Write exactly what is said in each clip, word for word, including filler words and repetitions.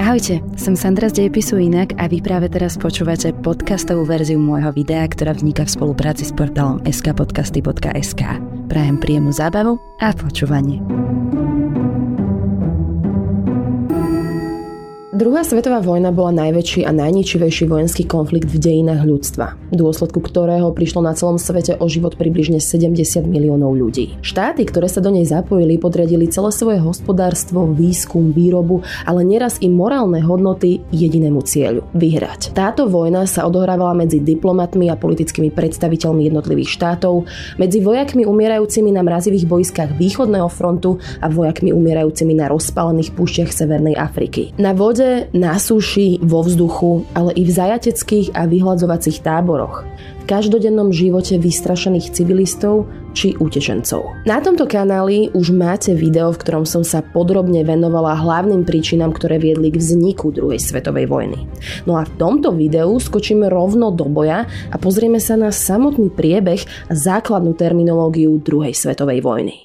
Ahojte, som Sandra z Dejepisu Inak a vy práve teraz počúvate podcastovú verziu môjho videa, ktorá vzniká v spolupráci s portálom es ká podcasty bodka es ká. Prajem príjemnú zábavu a počúvanie. Druhá svetová vojna bola najväčší a najničivejší vojenský konflikt v dejinách ľudstva, v dôsledku ktorého prišlo na celom svete o život približne sedemdesiat miliónov ľudí. Štáty, ktoré sa do nej zapojili, podriadili celé svoje hospodárstvo, výskum, výrobu, ale neraz i morálne hodnoty jedinému cieľu – vyhrať. Táto vojna sa odohrávala medzi diplomatmi a politickými predstaviteľmi jednotlivých štátov, medzi vojakmi umierajúcimi na mrazivých bojskách východného frontu a vojakmi umierajúcimi na rozpálených púšťach Severnej Afriky. Na vode, na súši, vo vzduchu, ale i v zajateckých a vyhľadzovacích táboroch. V každodennom živote vystrašených civilistov či utečencov. Na tomto kanáli už máte video, v ktorom som sa podrobne venovala hlavným príčinám, ktoré viedli k vzniku druhej svetovej vojny. No a v tomto videu skočíme rovno do boja a pozrieme sa na samotný priebeh a základnú terminológiu druhej svetovej vojny.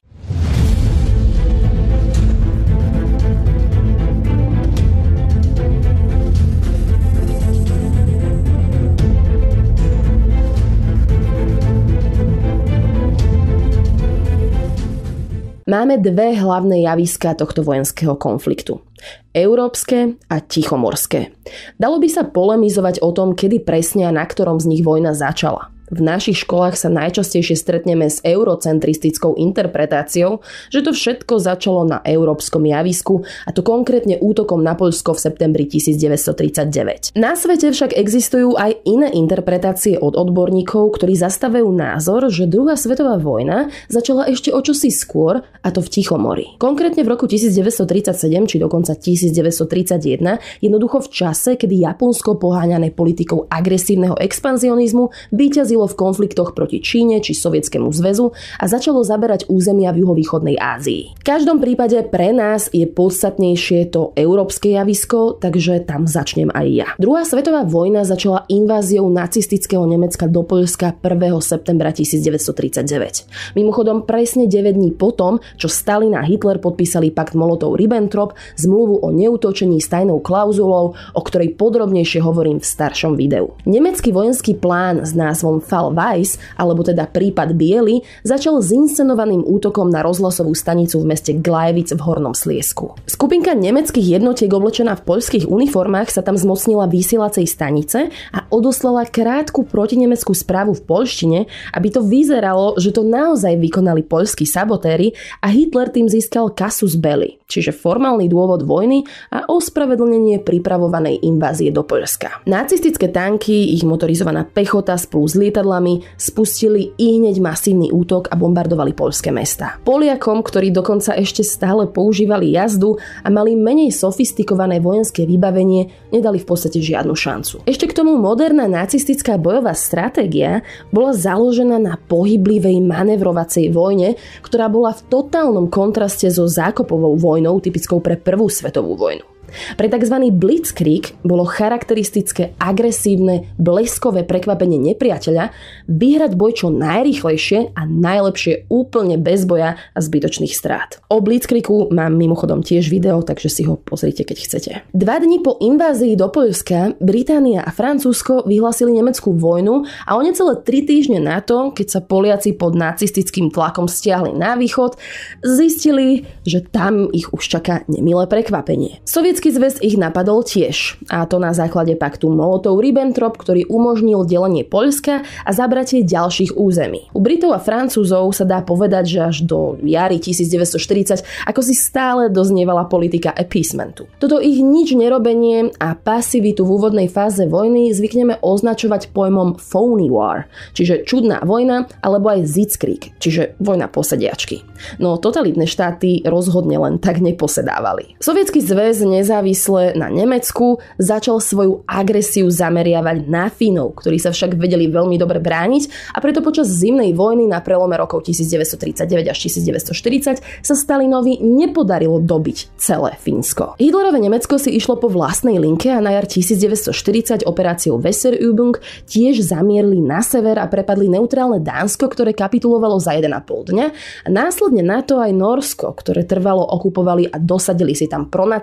Máme dve hlavné javiská tohto vojenského konfliktu. Európske a tichomorské. Dalo by sa polemizovať o tom, kedy presne a na ktorom z nich vojna začala. V našich školách sa najčastejšie stretneme s eurocentristickou interpretáciou, že to všetko začalo na európskom javisku, a to konkrétne útokom na Poľsko v septembri devätnásťtridsaťdeväť. Na svete však existujú aj iné interpretácie od odborníkov, ktorí zastávajú názor, že druhá svetová vojna začala ešte o čosi skôr, a to v Tichomori. Konkrétne v roku devätnásťtridsaťsedem či dokonca devätnásťtridsaťjeden, jednoducho v čase, kedy Japonsko poháňané politikou agresívneho expanzionizmu víťazilo v konfliktoch proti Číne či Sovietskému zväzu a začalo zaberať územia v juhovýchodnej Ázii. V každom prípade pre nás je podstatnejšie to európske javisko, takže tam začnem aj ja. Druhá svetová vojna začala inváziou nacistického Nemecka do Poľska prvého septembra devätnásťtridsaťdeväť. Mimochodom presne deväť dní potom, čo Stalin a Hitler podpísali pakt Molotov-Ribbentrop, zmluvu o neútočení s tajnou klauzulou, o ktorej podrobnejšie hovorím v staršom videu. Nemecký vojenský plán s názvom Fall Weiss, alebo teda prípad biely, začal s inscenovaným útokom na rozhlasovú stanicu v meste Gleiwitz v Hornom Sliezsku. Skupinka nemeckých jednotiek oblečená v poľských uniformách sa tam zmocnila vysielacej stanice a odoslala krátku protinemeckú správu v poľštine, aby to vyzeralo, že to naozaj vykonali poľskí sabotéri a Hitler tým získal casus belli, čiže formálny dôvod vojny a ospravedlnenie pripravovanej invázie do Poľska. Nacistické tanky, ich motorizovaná pechota spolu s lietadlami spustili ihneď masívny útok a bombardovali poľské mestá. Poliakom, ktorí dokonca ešte stále používali jazdu a mali menej sofistikované vojenské vybavenie, nedali v podstate žiadnu šancu. Ešte k tomu moderná nacistická bojová stratégia bola založená na pohyblivej manevrovacej vojne, ktorá bola v totálnom kontraste so zákopovou vojnou typickou pre prvú svetovú vojnu. Pre tzv. Blitzkrieg bolo charakteristické agresívne, bleskové prekvapenie nepriateľa vyhrať boj čo najrýchlejšie a najlepšie úplne bez boja a zbytočných strát. O Blitzkriegu mám mimochodom tiež video, takže si ho pozrite, keď chcete. Dva dni po invázii do Poľska Británia a Francúzsko vyhlásili nemeckú vojnu a o necelé tri týždne na to, keď sa Poliaci pod nacistickým tlakom stiahli na východ, zistili, že tam ich už čaká nemilé prekvapenie. Sovietský zväz ich napadol tiež, a to na základe paktu Molotov-Ribbentrop, ktorý umožnil delenie Poľska a zabratie ďalších území. U Britov a Francúzov sa dá povedať, že až do jary devätnásťštyridsať ako si stále doznievala politika appeasementu. Toto ich nič nerobenie a pasivitu v úvodnej fáze vojny zvykneme označovať pojmom phony war, čiže čudná vojna, alebo aj Sitzkrieg, čiže vojna posediačky. No totalitné štáty rozhodne len tak neposedávali. Sovietsky zväz nezávisle na Nemecku začal svoju agresiu zameriavať na Fínov, ktorí sa však vedeli veľmi dobre brániť, a preto počas zimnej vojny na prelome rokov devätnásťtridsaťdeväť až devätnásťštyridsať sa Stalinovi nepodarilo dobiť celé Fínsko. Hitlerové Nemecko si išlo po vlastnej linke a na jar devätnásťštyridsať operáciou Weserübung tiež zamierli na sever a prepadli neutrálne Dánsko, ktoré kapitulovalo za jeden a pol dňa, a následne na to aj Nórsko, ktoré trvalo okupovali a dosadili si tam pronacistickú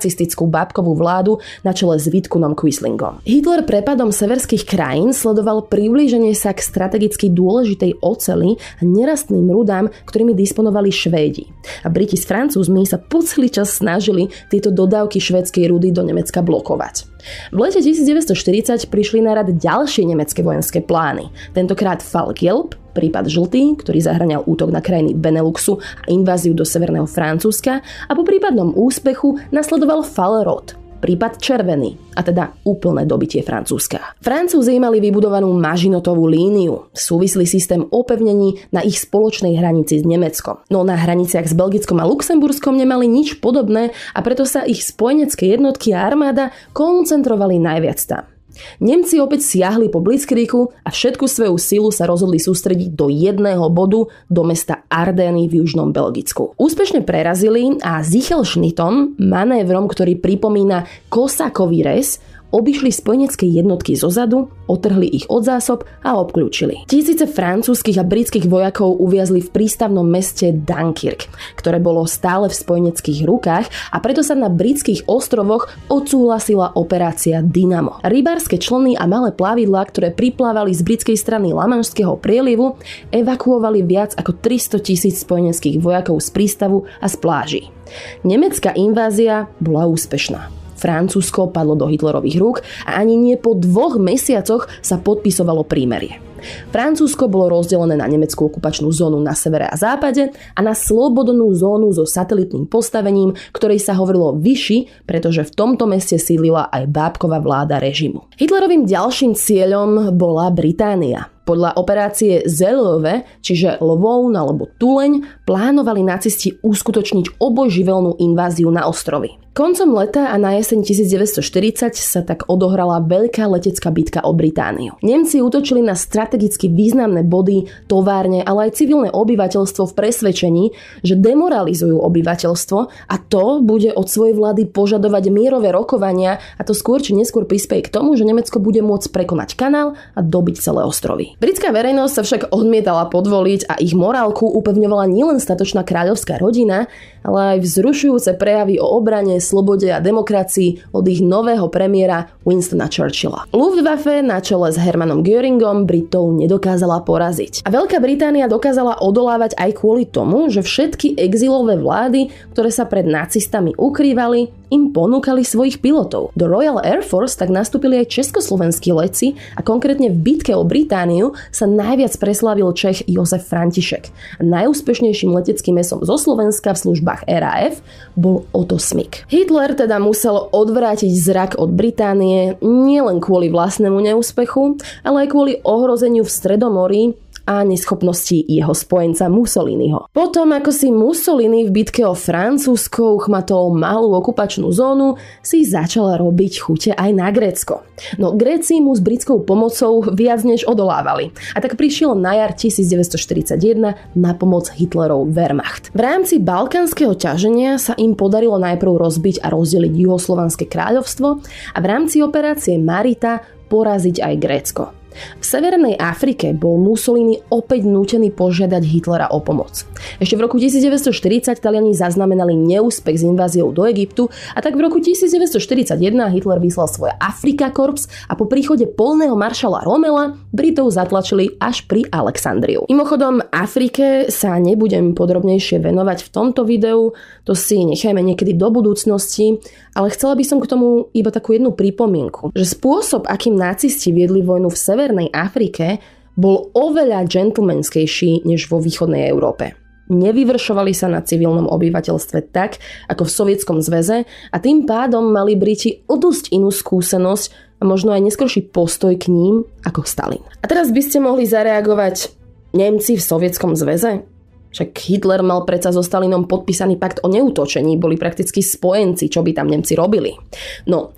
bábkovú vládu na čele s Vidkunom Quislingom. Hitler prepadom severských krajín sledoval priblíženie sa k strategicky dôležitej oceli a nerastným rudám, ktorými disponovali Švédi. A Briti s Francúzmi sa po celý čas snažili tieto dodávky švédskej rudy do Nemecka blokovať. V lete devätnásťstoštyridsať prišli na rad ďalšie nemecké vojenské plány. Tentokrát Falk-Jelb, prípad žltý, ktorý zahŕňal útok na krajiny Beneluxu a inváziu do severného Francúzska, a po prípadnom úspechu nasledoval Fall-Rot, prípad červený, a teda úplné dobitie Francúzska. Francúzi mali vybudovanú Mažinotovú líniu, súvislý systém opevnení na ich spoločnej hranici s Nemeckom. No na hraniciach s Belgickom a Luxemburskom nemali nič podobné a preto sa ich spojenecké jednotky a armáda koncentrovali najviac tam. Nemci opäť siahli po Blitzkriegu a všetku svoju silu sa rozhodli sústrediť do jedného bodu, do mesta Ardeny v južnom Belgicku. Úspešne prerazili a Sichelschnittom, manévrom, ktorý pripomína kosákový rez, obišli spojenecké jednotky zozadu, otrhli ich od zásob a obklúčili. Tisíce francúzskych a britských vojakov uviazli v prístavnom meste Dunkirk, ktoré bolo stále v spojeneckých rukách, a preto sa na britských ostrovoch odsúhlasila operácia Dynamo. Rybárske člny a malé plavidlá, ktoré priplávali z britskej strany Lamanšského prielivu, evakuovali viac ako tristotisíc spojeneckých vojakov z prístavu a z pláží. Nemecká invázia bola úspešná. Francúzsko padlo do Hitlerových rúk a ani nie po dvoch mesiacoch sa podpisovalo prímerie. Francúzsko bolo rozdelené na nemeckú okupačnú zónu na severe a západe a na slobodnú zónu so satelitným postavením, ktorej sa hovorilo Vichy, pretože v tomto meste sídlila aj bábková vláda režimu. Hitlerovým ďalším cieľom bola Británia. Podľa operácie Zelove, čiže Lvoun alebo Tuleň, plánovali nacisti uskutočniť obojživelnú inváziu na ostrovy. Koncom leta a na jeseň devätnásťstoštyridsať sa tak odohrala veľká letecká bitka o Britániu. Nemci útočili na strategicky významné body, továrne, ale aj civilné obyvateľstvo v presvedčení, že demoralizujú obyvateľstvo a to bude od svojej vlády požadovať mierové rokovania, a to skôr či neskôr prispeje k tomu, že Nemecko bude môcť prekonať kanál a dobiť celé ostrovy. Britská verejnosť sa však odmietala podvoliť a ich morálku upevňovala nielen statočná kráľovská rodina, ale aj vzrušujúce prejavy o obrane, slobode a demokracii od ich nového premiéra Winstona Churchilla. Luftwaffe na čele s Hermanom Göringom Britov nedokázala poraziť. A Veľká Británia dokázala odolávať aj kvôli tomu, že všetky exilové vlády, ktoré sa pred nacistami ukrývali, im ponúkali svojich pilotov. Do Royal Air Force tak nastúpili aj československí letci a konkrétne v bitke o Britániu sa najviac preslávil Čech Jozef František. A najúspešnejším leteckým mesom zo Slovenska v službách er á ef bol Otto Smik. Hitler teda musel odvrátiť zrak od Británie nielen kvôli vlastnému neúspechu, ale aj kvôli ohrozeniu v Stredomorí a neschopnosti jeho spojenca Mussoliniho. Potom, ako si Mussolini v bitke o Francúzsko uchmatol malú okupačnú zónu, si začal robiť chute aj na Grécko. No Gréci mu s britskou pomocou viac než odolávali. A tak prišiel na jar devätnásťstoštyridsaťjeden na pomoc Hitlerov Wehrmacht. V rámci balkánskeho ťaženia sa im podarilo najprv rozbiť a rozdeliť Juhoslovanské kráľovstvo a v rámci operácie Marita poraziť aj Grécko. V Severnej Afrike bol Mussolini opäť nútený požiadať Hitlera o pomoc. Ešte v roku devätnásťstoštyridsať Taliani zaznamenali neúspech s inváziou do Egyptu a tak v roku devätnásťstoštyridsaťjeden Hitler vyslal svoje Afrika Korps a po príchode polného maršala Romela Britov zatlačili až pri Alexandriu. Mimochodom, Afrike sa nebudem podrobnejšie venovať v tomto videu, to si nechajme niekedy do budúcnosti, ale chcela by som k tomu iba takú jednu pripomienku, že spôsob, akým nacisti viedli vojnu v Severnej Afrike, bol oveľa gentlemanskejší než vo východnej Európe. Nevyvršovali sa na civilnom obyvateľstve tak, ako v Sovietskom zväze a tým pádom mali Briti o dosť inú skúsenosť a možno aj neskorší postoj k ním ako Stalin. A teraz by ste mohli zareagovať: Nemci v Sovietskom zväze? Však Hitler mal predsa so Stalinom podpísaný pakt o neútočení, boli prakticky spojenci, čo by tam Nemci robili. No,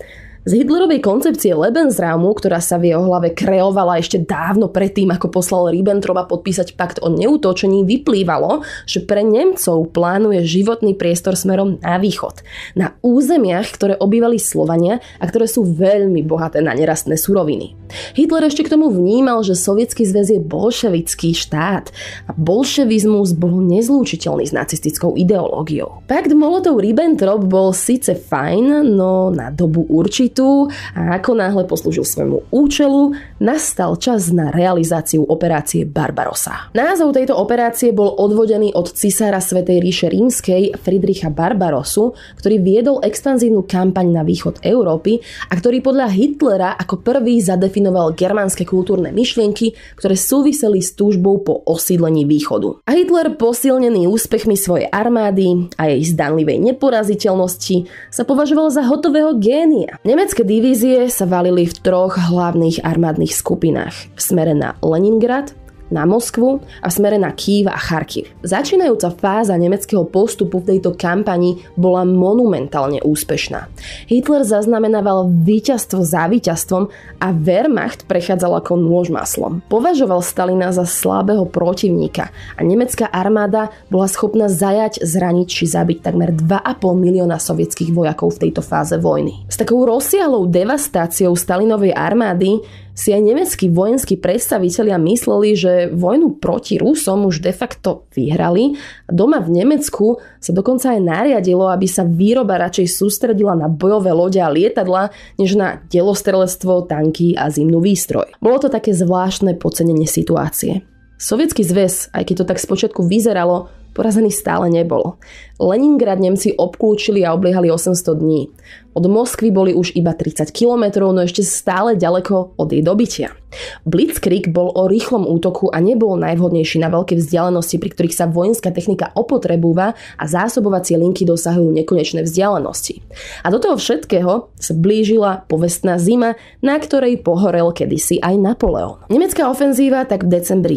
Z Hitlerovej koncepcie Lebensraumu, ktorá sa v jeho hlave kreovala ešte dávno predtým, ako poslal Ribbentropa podpísať pakt o neútočení, vyplývalo, že pre Nemcov plánuje životný priestor smerom na východ, na územiach, ktoré obývali Slovania a ktoré sú veľmi bohaté na nerastné suroviny. Hitler ešte k tomu vnímal, že Sovietsky zväz je bolševický štát a bolševizmus bol nezlúčiteľný s nacistickou ideológiou. Pakt Molotov-Ribbentrop bol síce fajn, no na dobu určitú a ako náhle poslúžil svojmu účelu, nastal čas na realizáciu operácie Barbarossa. Názov tejto operácie bol odvodený od cisára Svätej ríše rímskej Friedricha Barbarossu, ktorý viedol expanzívnu kampaň na východ Európy a ktorý podľa Hitlera ako prvý zadefinoval germánske kultúrne myšlienky, ktoré súviseli s túžbou po osídlení východu. A Hitler, posilnený úspechmi svojej armády a jej zdanlivej neporaziteľnosti, sa považoval za hotového génia. Nemecké divízie sa valili v troch hlavných armádnych skupinách. V smere na Leningrad, na Moskvu a v smere na Kyjev a Charkiv. Začínajúca fáza nemeckého postupu v tejto kampani bola monumentálne úspešná. Hitler zaznamenával víťazstvo za víťazstvom a Wehrmacht prechádzal ako nôž maslom. Považoval Stalina za slabého protivníka a nemecká armáda bola schopná zajať, zraniť či zabiť takmer dva a pol milióna sovietských vojakov v tejto fáze vojny. S takou rozsiahlou devastáciou Stalinovej armády si aj nemeckí vojenskí predstavitelia mysleli, že vojnu proti Rusom už de facto vyhrali a doma v Nemecku sa dokonca aj nariadilo, aby sa výroba radšej sústredila na bojové lode a lietadla, než na delostrelectvo, tanky a zimnú výstroj. Bolo to také zvláštne podcenenie situácie. Sovietsky zväz, aj keď to tak spočiatku vyzeralo, porazený stále nebol. Leningrad Nemci obklúčili a obliehali osemsto dní. Od Moskvy boli už iba tridsať kilometrov, no ešte stále ďaleko od jej dobytia. Blitzkrieg bol o rýchlom útoku a nebol najvhodnejší na veľké vzdialenosti, pri ktorých sa vojenská technika opotrebúva a zásobovacie linky dosahujú nekonečné vzdialenosti. A do toho všetkého sa blížila povestná zima, na ktorej pohorel kedysi aj Napoleon. Nemecká ofenzíva tak v decembri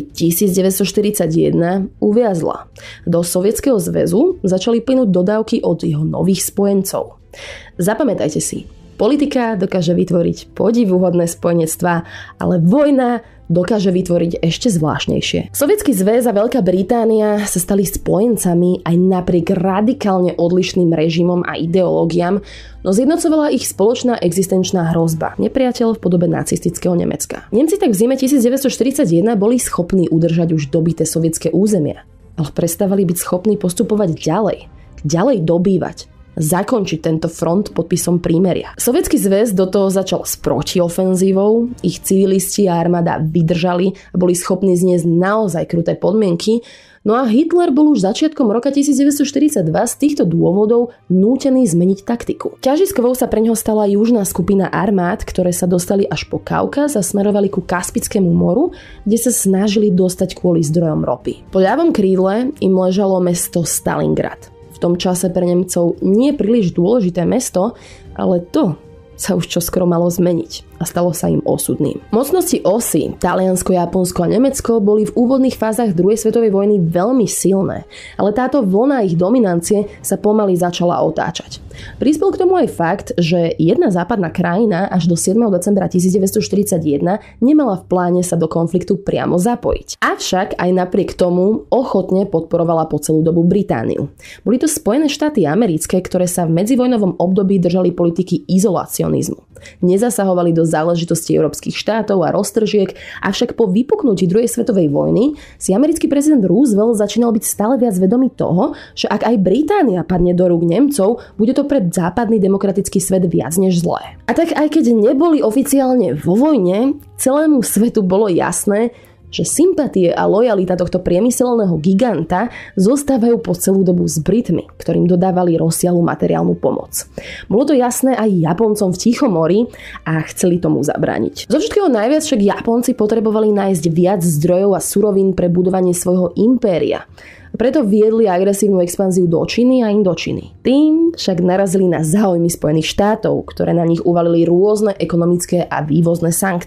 devätnásťstoštyridsaťjeden uviazla. Do Sovietskeho zväzu začali plynúť dodávky od jeho nových spojencov. Zapamätajte si, politika dokáže vytvoriť podivuhodné spojenectvá, ale vojna dokáže vytvoriť ešte zvláštnejšie. Sovietsky zväz a Veľká Británia sa stali spojencami aj napriek radikálne odlišným režimom a ideológiám, no zjednocovala ich spoločná existenčná hrozba, nepriateľ v podobe nacistického Nemecka. Nemci tak v zime devätnásťstoštyridsaťjeden boli schopní udržať už dobité sovietské územia, ale prestávali byť schopní postupovať ďalej, ďalej dobývať, zakončiť tento front podpisom prímeria. Sovietsky zväz do toho začal s protiofenzívou, ich civilisti a armáda vydržali a boli schopní zniesť naozaj kruté podmienky, no a Hitler bol už začiatkom roka devätnásťstoštyridsaťdva z týchto dôvodov nútený zmeniť taktiku. Ťažiskovou sa pre ňoho stala južná skupina armád, ktoré sa dostali až po Kaukaz a smerovali ku Kaspickému moru, kde sa snažili dostať kvôli zdrojom ropy. Po ľavom krídle im ležalo mesto Stalingrad. V tom čase pre Nemcov nie príliš dôležité mesto, ale to sa už čoskoro malo zmeniť a stalo sa im osudným. Mocnosti osy, Taliansko, Japonsko a Nemecko, boli v úvodných fázach druhej svetovej vojny veľmi silné, ale táto vlna ich dominancie sa pomaly začala otáčať. Prispel k tomu aj fakt, že jedna západná krajina až do siedmeho decembra devätnásťstoštyridsaťjeden nemala v pláne sa do konfliktu priamo zapojiť. Avšak aj napriek tomu ochotne podporovala po celú dobu Britániu. Boli to Spojené štáty americké, ktoré sa v medzivojnovom období držali politiky izolacionizmu. Nezasahovali do záležitostí európskych štátov a roztržiek, avšak po vypuknutí druhej svetovej vojny si americký prezident Roosevelt začínal byť stále viac vedomý toho, že ak aj Británia padne do rúk Nemcov, bude to pre západný demokratický svet viac než zlé. A tak aj keď neboli oficiálne vo vojne, celému svetu bolo jasné, že sympatie a lojalita tohto priemyselného giganta zostávajú po celú dobu s Britmi, ktorým dodávali rozsiahlu materiálnu pomoc. Bolo to jasné aj Japoncom v Tichomori a chceli tomu zabrániť. Zo všetkého najviac však Japonci potrebovali nájsť viac zdrojov a surovín pre budovanie svojho impéria. Preto viedli agresívnu expanziu do Číny a Indočíny. Tým však narazili na záujmy Spojených štátov, ktoré na nich uvalili rôzne ekonomické a vývozné sankcie.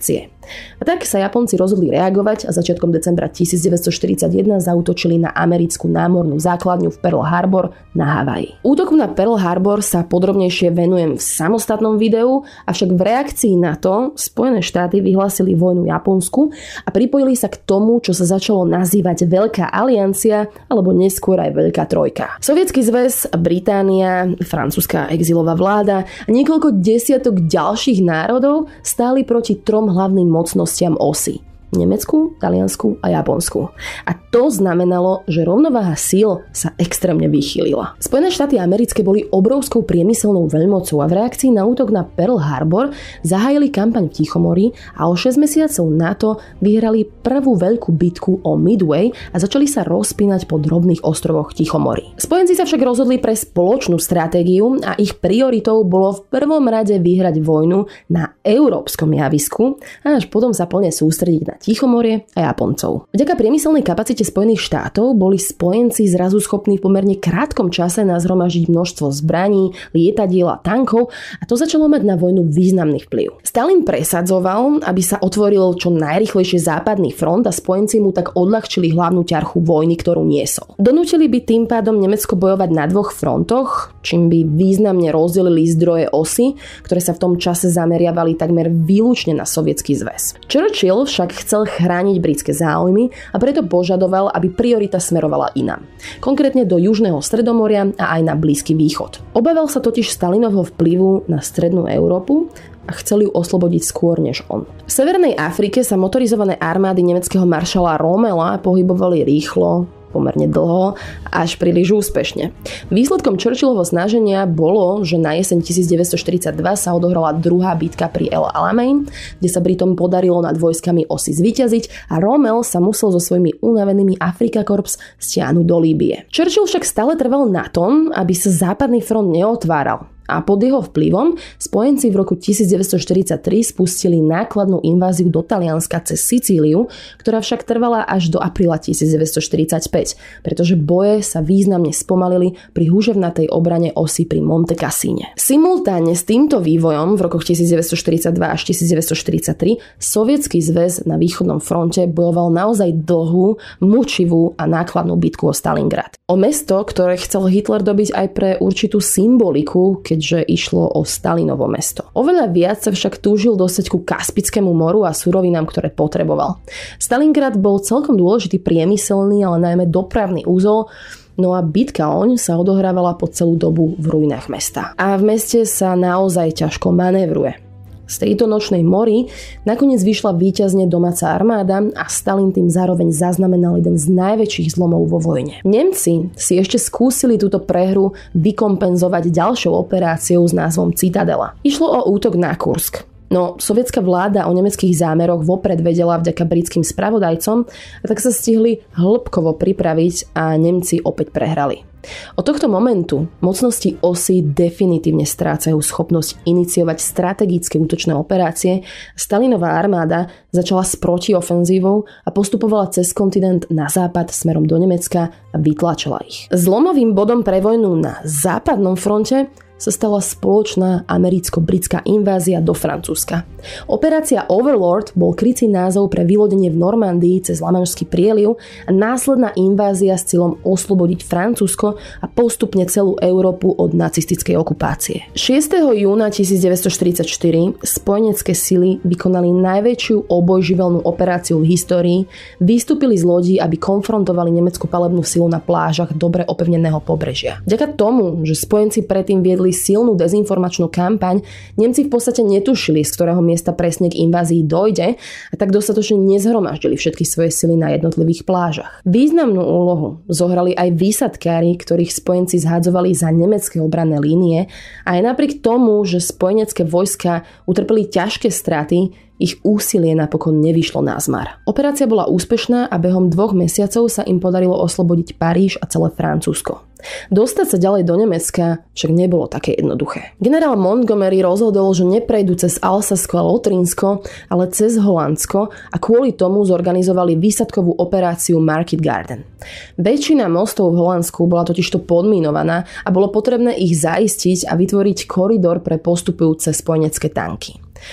A tak sa Japonci rozhodli reagovať a začiatkom decembra tisícdeväťstoštyridsaťjeden zaútočili na americkú námornú základňu v Pearl Harbor na Havaji. Útoku na Pearl Harbor sa podrobnejšie venujem v samostatnom videu, avšak v reakcii na to Spojené štáty vyhlásili vojnu Japonsku a pripojili sa k tomu, čo sa začalo nazývať Veľká aliancia alebo neskôr aj Veľká trojka. Sovietsky zväz, Británia, francúzska exilová vláda a niekoľko desiatok ďalších národov stáli proti trom hlavným mocnostiam osy. Nemecku, Taliansku a Japonsku. A to znamenalo, že rovnováha síl sa extrémne vychýlila. Spojené štáty americké boli obrovskou priemyselnou veľmocou a v reakcii na útok na Pearl Harbor zahájili kampaň v Tichomorí a o šesť mesiacov na to vyhrali prvú veľkú bitku o Midway a začali sa rozpínať po drobných ostrovoch Tichomorí. Spojenci sa však rozhodli pre spoločnú stratégiu a ich prioritou bolo v prvom rade vyhrať vojnu na európskom javisku a až potom sa plne sústrediť na Tichomorie a Japoncov. Vďaka priemyselnej kapacite Spojených štátov boli spojenci zrazu schopní v pomerne krátkom čase nazhromaždiť množstvo zbraní, lietadiel a tankov a to začalo mať na vojnu významný vplyv. Stalin presadzoval, aby sa otvoril čo najrýchlejšie západný front a spojenci mu tak odľahčili hlavnú ťarchu vojny, ktorú niesol. Donútili by tým pádom Nemecko bojovať na dvoch frontoch, čím by významne rozdelili zdroje osy, ktoré sa v tom čase zameriavali takmer výlučne na Sovietsky zväz. Churchill však chcel chrániť britské záujmy a preto požadoval, aby priorita smerovala inam. Konkrétne do Južného Stredomoria a aj na Blízky východ. Obával sa totiž Stalinovho vplyvu na strednú Európu a chcel ju oslobodiť skôr než on. V Severnej Afrike sa motorizované armády nemeckého maršala Rommela pohybovali rýchlo, pomerne dlho, až príliš úspešne. Výsledkom Churchillovho snaženia bolo, že na jeseň tisícdeväťstoštyridsaťdva sa odohrala druhá bitka pri El Alamein, kde sa Britom podarilo nad vojskami osy zvíťaziť a Rommel sa musel so svojimi unavenými Afrika Korps stiahnuť do Líbie. Churchill však stále trval na tom, aby sa západný front neotváral. A pod jeho vplyvom spojenci v roku tisícdeväťstoštyridsaťtri spustili nákladnú inváziu do Talianska cez Sicíliu, ktorá však trvala až do apríla tisícdeväťstoštyridsaťpäť, pretože boje sa významne spomalili pri húževnatej obrane osy pri Monte Cassine. Simultáne s týmto vývojom v rokoch tisícdeväťstoštyridsaťdva až tisícdeväťstoštyridsaťtri Sovietsky zväz na východnom fronte bojoval naozaj dlhú, mučivú a nákladnú bitku o Stalingrad. O mesto, ktoré chcel Hitler dobiť aj pre určitú symboliku, keďže išlo o Stalinovo mesto. Oveľa viac sa však túžil dostať ku Kaspickému moru a surovinám, ktoré potreboval. Stalingrad bol celkom dôležitý priemyselný, ale najmä dopravný úzol, no a bitka oň sa odohrávala po celú dobu v ruinách mesta. A v meste sa naozaj ťažko manévruje. Z tejto nočnej mory nakoniec vyšla víťazne domáca armáda a Stalin tým zároveň zaznamenal jeden z najväčších zlomov vo vojne. Nemci si ešte skúsili túto prehru vykompenzovať ďalšou operáciou s názvom Citadela. Išlo o útok na Kursk. No, sovietská vláda o nemeckých zámeroch vopred vedela vďaka britským spravodajcom a tak sa stihli hĺbkovo pripraviť a Nemci opäť prehrali. Od tohto momentu mocnosti osy definitívne strácajú schopnosť iniciovať strategické útočné operácie. Stalinová armáda začala s protiofenzívou a postupovala cez kontinent na západ smerom do Nemecka a vytlačila ich. Zlomovým bodom pre vojnu na západnom fronte sa stala spoločná americko-britská invázia do Francúzska. Operácia Overlord bol krycí názov pre vylodenie v Normandii cez Lamanšský prieliv a následná invázia s cieľom oslobodiť Francúzsko a postupne celú Európu od nacistickej okupácie. šiesteho júna tisícdeväťstoštyridsaťštyri spojenecké sily vykonali najväčšiu obojživelnú operáciu v histórii, vystúpili z lodí, aby konfrontovali nemeckú palebnú silu na plážach dobre opevneného pobrežia. Vďaka tomu, že spojenci predtým viedli silnú dezinformačnú kampaň, Nemci v podstate netušili, z ktorého miesta presne k invázii dojde a tak dostatočne nezhromaždili všetky svoje sily na jednotlivých plážach. Významnú úlohu zohrali aj výsadkári, ktorých spojenci zhádzovali za nemecké obranné línie a aj napriek tomu, že spojenecké vojska utrpeli ťažké straty, ich úsilie napokon nevyšlo na zmar. Operácia bola úspešná a behom dvoch mesiacov sa im podarilo oslobodiť Paríž a celé Francúzsko. Dostať sa ďalej do Nemecka však nebolo také jednoduché. Generál Montgomery rozhodol, že neprejdú cez Alsasko a Lotrinsko, ale cez Holandsko a kvôli tomu zorganizovali výsadkovú operáciu Market Garden. Väčšina mostov v Holandsku bola totižto podminovaná a bolo potrebné ich zaistiť a vytvoriť koridor pre postupujúce spojenecké tanky.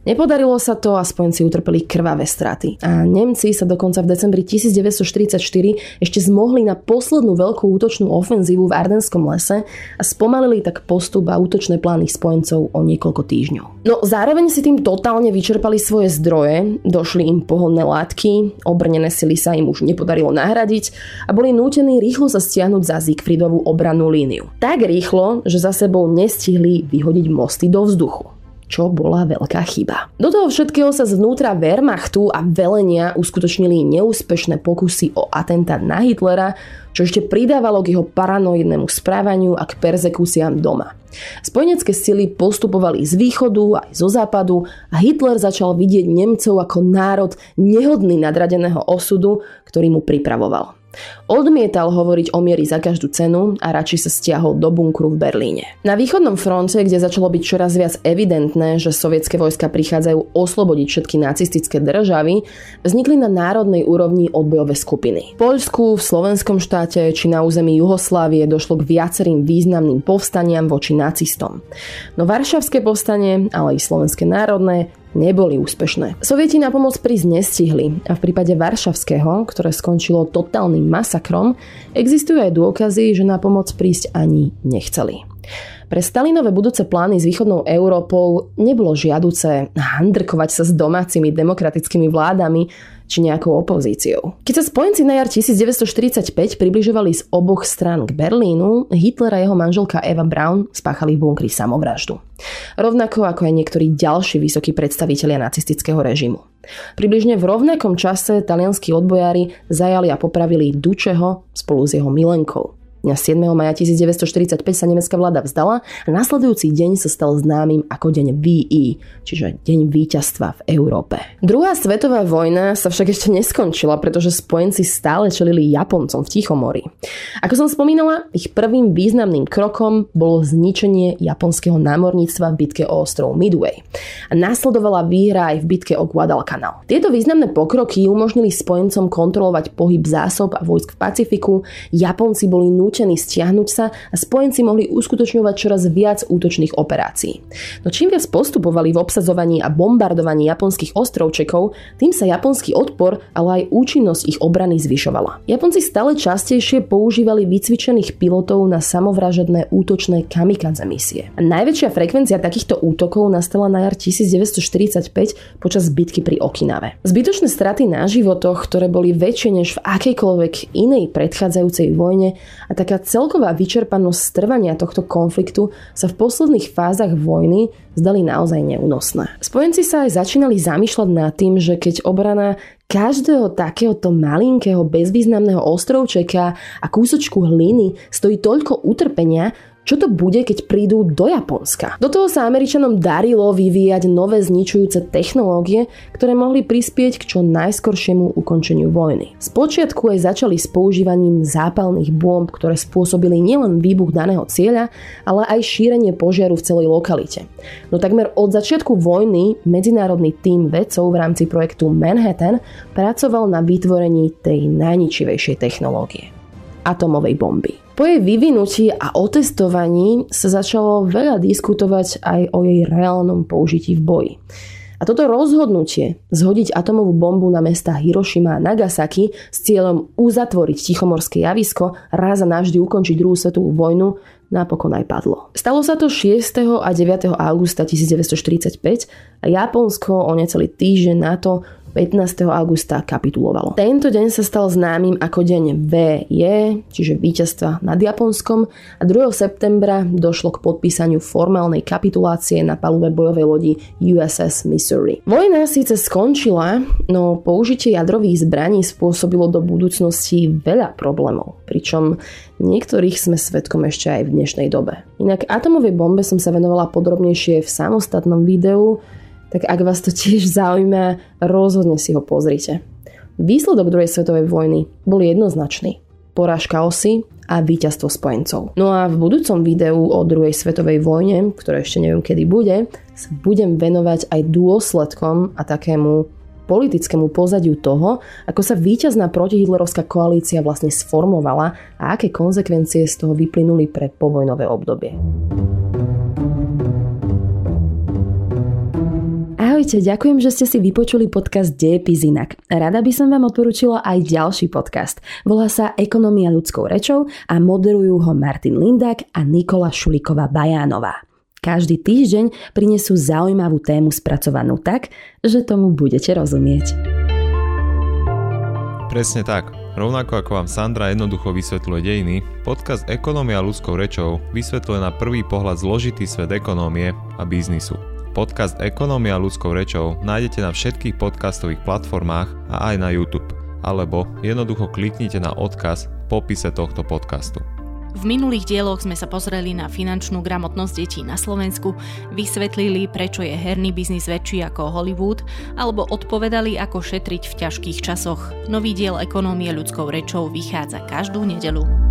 Nepodarilo sa to a spojenci utrpeli krvavé straty. A Nemci sa dokonca v decembri devätnásťstoštyridsaťštyri ešte zmohli na poslednú veľkú útočnú ofenzívu v Ardenskom lese a spomalili tak postup a útočné plány spojencov o niekoľko týždňov. No zároveň si tým totálne vyčerpali svoje zdroje, došli im pohonné látky, obrnené sily sa im už nepodarilo nahradiť a boli nútení rýchlo sa stiahnuť za Siegfriedovú obrannú líniu. Tak rýchlo, že za sebou nestihli vyhodiť mosty do vzduchu, čo bola veľká chyba. Do toho všetkého sa zvnútra Wehrmachtu a velenia uskutočnili neúspešné pokusy o atentát na Hitlera, čo ešte pridávalo k jeho paranoidnému správaniu a k perzekúciám doma. Spojenecké sily postupovali z východu aj zo západu a Hitler začal vidieť Nemcov ako národ nehodný nadradeného osudu, ktorý mu pripravoval. Odmietal hovoriť o mieri za každú cenu a radšej sa stiahol do bunkru v Berlíne. Na východnom fronte, kde začalo byť čoraz viac evidentné, že sovietské vojska prichádzajú oslobodiť všetky nacistické državy, vznikli na národnej úrovni odbojové skupiny. V Poľsku, v Slovenskom štáte či na území Juhoslávie došlo k viacerým významným povstaniam voči nacistom. No Varšavské povstanie, ale i Slovenské národné neboli úspešné. Sovieti na pomoc prísť nestihli a v prípade Varšavského, ktoré skončilo totálnym masakrom, existujú aj dôkazy, že na pomoc prísť ani nechceli. Pre Stalinové budúce plány s východnou Európou nebolo žiaduce handrkovať sa s domácimi demokratickými vládami či nejakou opozíciou. Keď sa spojenci na jar devätnásťstoštyridsaťpäť približovali z oboch strán k Berlínu, Hitler a jeho manželka Eva Braun spáchali v bunkri samovraždu. Rovnako ako aj niektorí ďalší vysokí predstavitelia nacistického režimu. Približne v rovnakom čase talianskí odbojári zajali a popravili Duceho spolu s jeho milenkou. Dňa siedmeho mája devätnásťstoštyridsaťpäť sa nemecká vláda vzdala a nasledujúci deň sa stal známym ako deň vé í, čiže deň víťazstva v Európe. Druhá svetová vojna sa však ešte neskončila, pretože spojenci stále čelili Japoncom v Tichomori. Ako som spomínala, ich prvým významným krokom bolo zničenie japonského námorníctva v bitke o ostrov Midway. A následovala výhra aj v bitke o Guadalcanal. Tieto významné pokroky umožnili spojencom kontrolovať pohyb zásob a vojsk v Pacifiku. Japonci boli nútení stiahnuť sa a spojenci mohli uskutočňovať čoraz viac útočných operácií. No čím viac postupovali v obsadzovaní a bombardovaní japonských ostrovčekov, tým sa japonský odpor, ale aj účinnosť ich obrany zvyšovala. Japonci stále častejšie používali vycvičených pilotov na samovražedné útočné kamikadze misie. A najväčšia frekvencia takýchto útokov nastala na jar devätnásťstoštyridsaťpäť počas bitky pri Okinave. Zbytočné straty na životoch, ktoré boli väčšie než v akejkoľvek inej predchádzajúcej vojne, a taká celková vyčerpanosť trvania tohto konfliktu sa v posledných fázach vojny zdali naozaj neúnosné. Spojenci sa aj začínali zamýšľať nad tým, že keď obrana každého takéhoto malinkého bezvýznamného ostrovčeka a kúsočku hliny stojí toľko utrpenia, čo to bude, keď prídu do Japonska? Do toho sa Američanom darilo vyvíjať nové zničujúce technológie, ktoré mohli prispieť k čo najskoršiemu ukončeniu vojny. Spočiatku aj začali s používaním zápalných bomb, ktoré spôsobili nielen výbuch daného cieľa, ale aj šírenie požiaru v celej lokalite. No takmer od začiatku vojny medzinárodný tím vedcov v rámci projektu Manhattan pracoval na vytvorení tej najničivejšej technológie – atomovej bomby. Po jej vyvinutí a otestovaní sa začalo veľa diskutovať aj o jej reálnom použití v boji. A toto rozhodnutie zhodiť atomovú bombu na mestá Hirošima a Nagasaki s cieľom uzatvoriť tichomorské javisko, raz a navždy ukončiť druhú svetovú vojnu, napokon aj padlo. Stalo sa to šiesteho a deviateho augusta devätnásťstoštyridsaťpäť a Japonsko o necelý týždeň na to pätnásteho augusta kapitulovalo. Tento deň sa stal známym ako deň vé jé, čiže víťazstva nad Japonskom, a druhého septembra došlo k podpísaniu formálnej kapitulácie na palube bojovej lodi ú es es Missouri. Vojna síce skončila, no použitie jadrových zbraní spôsobilo do budúcnosti veľa problémov, pričom niektorých sme svedkom ešte aj v dnešnej dobe. Inak atomovej bombe som sa venovala podrobnejšie v samostatnom videu, tak ak vás to tiež zaujíma, rozhodne si ho pozrite. Výsledok druhej svetovej vojny bol jednoznačný. Porážka osy a víťazstvo spojencov. No a v budúcom videu o druhej svetovej vojne, ktoré ešte neviem kedy bude, sa budem venovať aj dôsledkom a takému politickému pozadiu toho, ako sa víťazná protihitlerovská koalícia vlastne sformovala a aké konzekvencie z toho vyplynuli pre povojnové obdobie. Ahojte, ďakujem, že ste si vypočuli podcast Dejepis inak. Rada by som vám odporúčila aj ďalší podcast. Volá sa Ekonomia ľudskou rečou a moderujú ho Martin Lindák a Nikola Šulíková-Bajánová. Každý týždeň prinesú zaujímavú tému spracovanú tak, že tomu budete rozumieť. Presne tak. Rovnako ako vám Sandra jednoducho vysvetľuje dejiny, podcast Ekonomia ľudskou rečou vysvetľuje na prvý pohľad zložitý svet ekonómie a biznisu. Podcast Ekonomia ľudskou rečou nájdete na všetkých podcastových platformách a aj na YouTube. Alebo jednoducho kliknite na odkaz v popise tohto podcastu. V minulých dieloch sme sa pozreli na finančnú gramotnosť detí na Slovensku, vysvetlili, prečo je herný biznis väčší ako Hollywood, alebo odpovedali, ako šetriť v ťažkých časoch. Nový diel Ekonómie ľudskou rečou vychádza každú nedeľu.